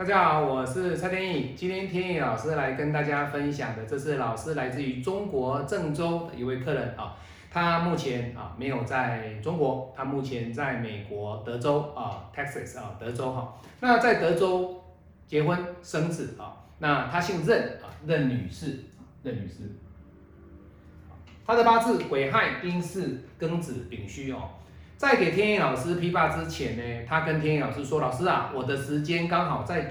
大家好，我是蔡天意。今天天意老师来跟大家分享的，这是老师来自于中国郑州的一位客人啊。他目前没有在中国，他目前在美国德州Texas 德州哈。那在德州结婚生子啊。那他姓任任女士，任女士。他的八字癸亥、丁巳、庚子、丙戌哦。在给天意老师批发之前呢，他跟天意老师说：“老师啊，我的时间刚好在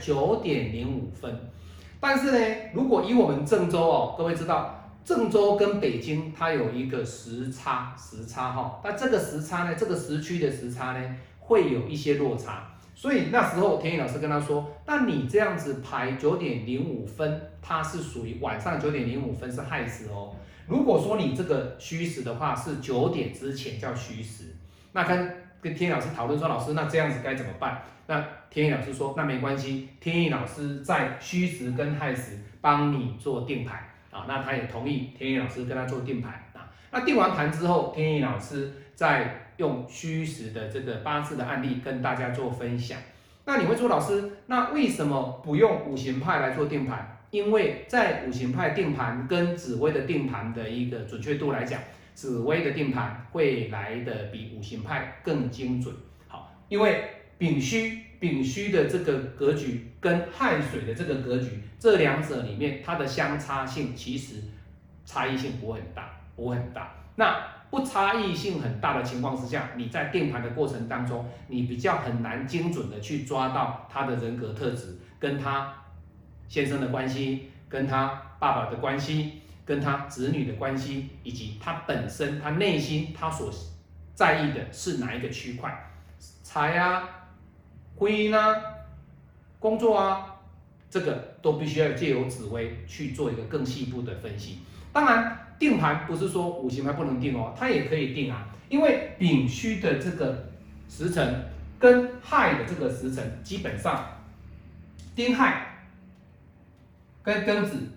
9:05。但是呢，如果以我们郑州哦，各位知道郑州跟北京它有一个时差哈。那这个时差呢，这个时区的时差呢，会有一些落差。所以那时候天意老师跟他说：，那你这样子排9:05，它是属于晚上9:05是亥时哦。如果说你这个戌时的话，是9点之前叫戌时。”那跟天意老师讨论说，老师，那这样子该怎么办？那天意老师说，那没关系，天意老师在戌时跟亥时帮你做定盘啊。那他也同意天意老师跟他做定盘啊。那定完盘之后，天意老师再用戌时的这个八字的案例跟大家做分享。那你会说，老师，那为什么不用五行派来做定盘？因为在五行派定盘跟紫微的定盘的一个准确度来讲，紫微的定盘会来的比五行派更精准。好，因为丙戌的这个格局跟亥水的这个格局，这两者里面它的相差性其实差异性不会很大。那不差异性很大的情况之下，你在定盘的过程当中，你比较很难精准的去抓到他的人格特质，跟他先生的关系，跟他爸爸的关系，跟他子女的关系，以及他本身他内心他所在意的是哪一个区块，财啊、婚姻啊、工作啊，这个都必须要借由紫微去做一个更细部的分析。当然，定盘不是说五行盘不能定哦，它也可以定啊，因为丙戌的这个时辰跟亥的这个时辰，基本上丁亥跟庚子。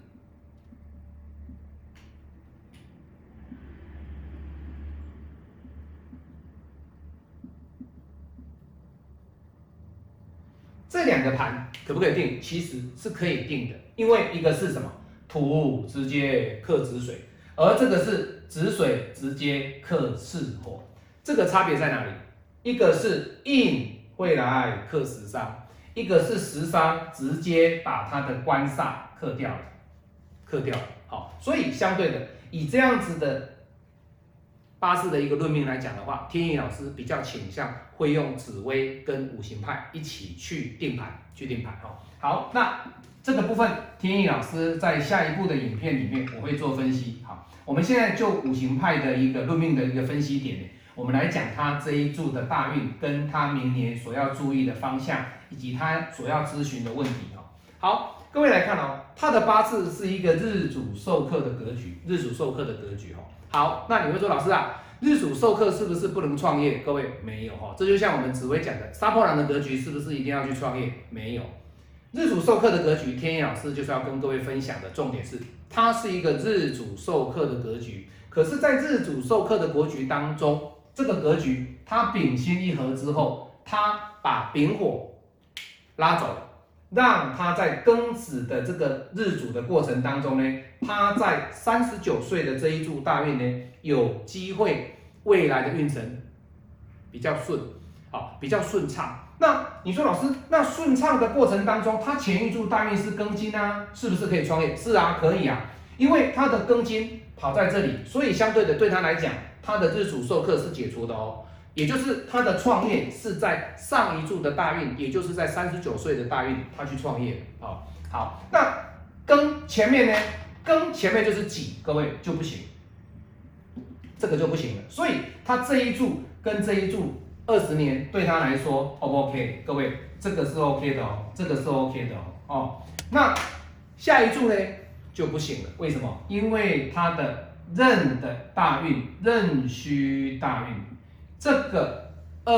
这两个盘可不可以定？其实是可以定的，因为一个是什么？土直接克子水，而这个是子水直接克巳火，这个差别在哪里？一个是印会来克食伤，一个是食伤直接把它的官煞克掉了。好，所以相对的，以这样子的八字的一个论命来讲的话，天意老师比较倾向会用紫微跟五行派一起去定盘哦。好，那这个部分天意老师在下一步的影片里面我会做分析。好，我们现在就五行派的一个论命的一个分析点，我们来讲他这一柱的大运跟他明年所要注意的方向，以及他所要咨询的问题哦。好，各位来看哦，他的八字是一个日主受克的格局，哦。好，那你会说，老师啊，日主受克是不是不能创业？各位没有哈，这就像我们紫微讲的，杀破狼的格局是不是一定要去创业？没有，日主受克的格局，天意老师就是要跟各位分享的重点是，它是一个日主受克的格局。可是，在日主受克的格局当中，这个格局它丙辛一合之后，它把丙火拉走了。让他在庚子的这个日主的过程当中呢，他在39岁的这一柱大运呢，有机会未来的运程比较顺，比较顺畅。那你说老师，那顺畅的过程当中，他前一柱大运是庚金啊，是不是可以创业？是啊，可以啊，因为他的庚金跑在这里，所以相对的对他来讲，他的日主受克是解除的哦。也就是他的创业是在上一柱的大运，也就是在39岁的大运，他去创业啊。好，那庚前面呢？庚前面就是己，各位就不行，这个就不行了。所以他这一柱跟这一柱20年对他来说 O 不 OK？ 各位，这个是 OK 的哦，这个是 OK 的哦。那下一柱呢就不行了，为什么？因为他的壬的大运，壬戌大运。这个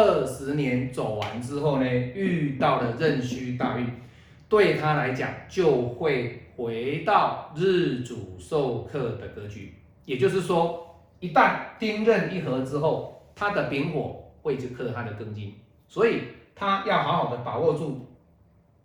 20年走完之后呢，遇到了壬戌大运，对他来讲就会回到日主受克的格局。也就是说，一旦丁壬一合之后，他的丙火会去克他的庚金，所以他要好好的把握住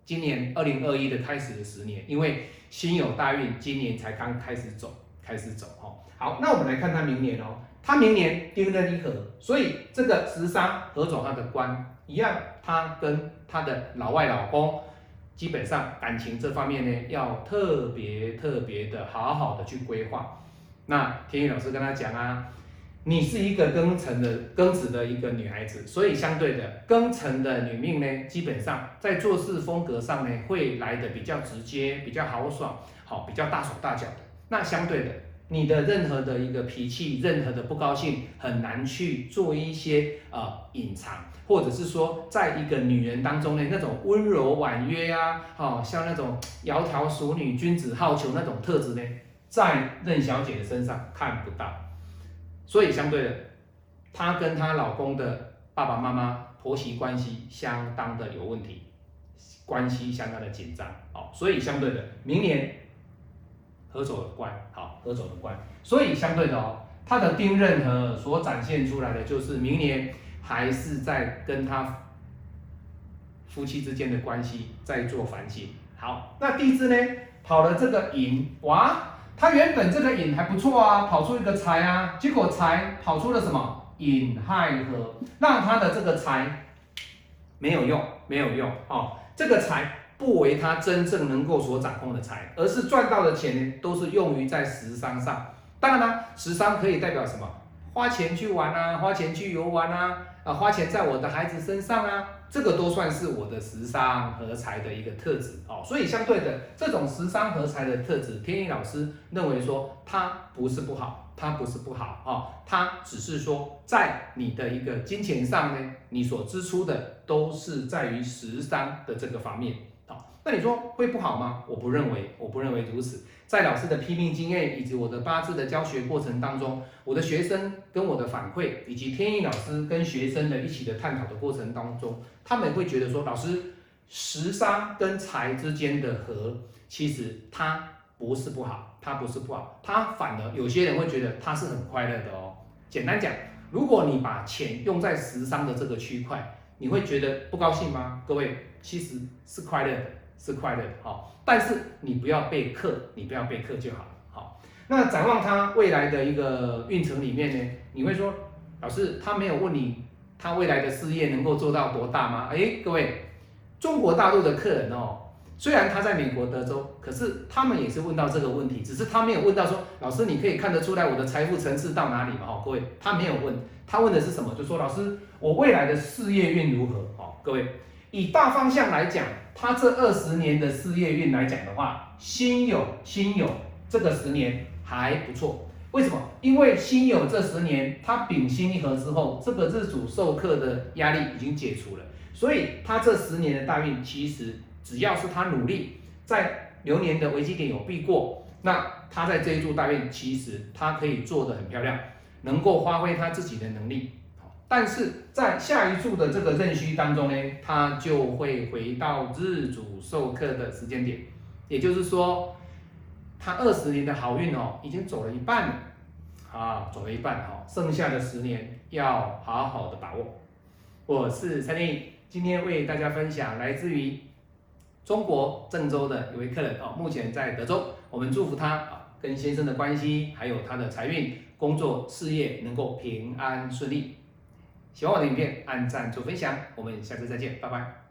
今年2021的开始的10年，因为辛酉大运今年才刚开始走哦。好，那我们来看他明年哦，他明年丁壬一合，所以这个食伤合走他的官一样，他跟他的老外老公。基本上感情这方面呢，要特别的好好的去规划。那天宇老师跟他讲啊，你是一个庚子的一个女孩子，所以相对的庚辰的女命呢，基本上在做事风格上呢，会来的比较直接，比较豪爽，好，比较大手大脚的。那相对的，你的任何的一个脾气，任何的不高兴，很难去做一些隐藏。或者是说，在一个女人当中呢，那种温柔婉约啊，像那种窈窕淑女、君子好逑那种特质呢，在任小姐的身上看不到。所以相对的，她跟她老公的爸爸妈妈、婆媳关系相当的有问题，关系相当的紧张。所以相对的，明年合走的官，合走的官。所以相对的她的丁壬合所展现出来的就是明年。还是在跟他夫妻之间的关系在做反省。好，那地支呢跑了这个寅，哇，他原本这个寅还不错啊，跑出一个财啊，结果财跑出了什么？寅亥合，让他的这个财没有用哦，这个财不为他真正能够所掌控的财，而是赚到的钱呢都是用于在食伤上。当然啦，食伤可以代表什么？花钱去玩啊，花钱去游玩啊，花钱在我的孩子身上啊，这个都算是我的食伤合财的一个特质哦。所以相对的，这种食伤合财的特质，天意老师认为说它不是不好，它只是说在你的一个金钱上呢，你所支出的都是在于食伤的这个方面。那你说会不好吗？我不认为如此。在老师的批命经验以及我的八字的教学过程当中，我的学生跟我的反馈，以及天意老师跟学生的一起的探讨的过程当中，他们会觉得说，老师食伤跟财之间的合，其实它不是不好，它反而有些人会觉得它是很快乐的哦。简单讲，如果你把钱用在食伤的这个区块，你会觉得不高兴吗？各位，其实是快乐的。但是你不要被克就好了。好，那展望他未来的一个运程里面呢，你会说，老师他没有问你他未来的事业能够做到多大吗？各位，中国大陆的客人虽然他在美国德州，可是他们也是问到这个问题，只是他没有问到说，老师你可以看得出来我的财富层次到哪里吗？各位，他没有问，他问的是什么？就说老师，我未来的事业运如何？各位，以大方向来讲，他这20年的事业运来讲的话，辛酉这个10年还不错。为什么？因为辛酉这10年，他丙辛一合之后，这个日主受克的压力已经解除了，所以他这10年的大运，其实只要是他努力，在流年的危机点有避过，那他在这一柱大运，其实他可以做得很漂亮，能够发挥他自己的能力。但是在下一柱的这个壬戌当中呢，它就会回到日主受克的时间点，也就是说，它20年的好运已经走了一半了，剩下的10年要好好的把握。我是蔡天意，今天为大家分享来自于中国郑州的一位客人目前在德州，我们祝福他跟先生的关系，还有他的财运、工作、事业能够平安顺利。喜欢我的影片，按赞做分享，我们下次再见，拜拜。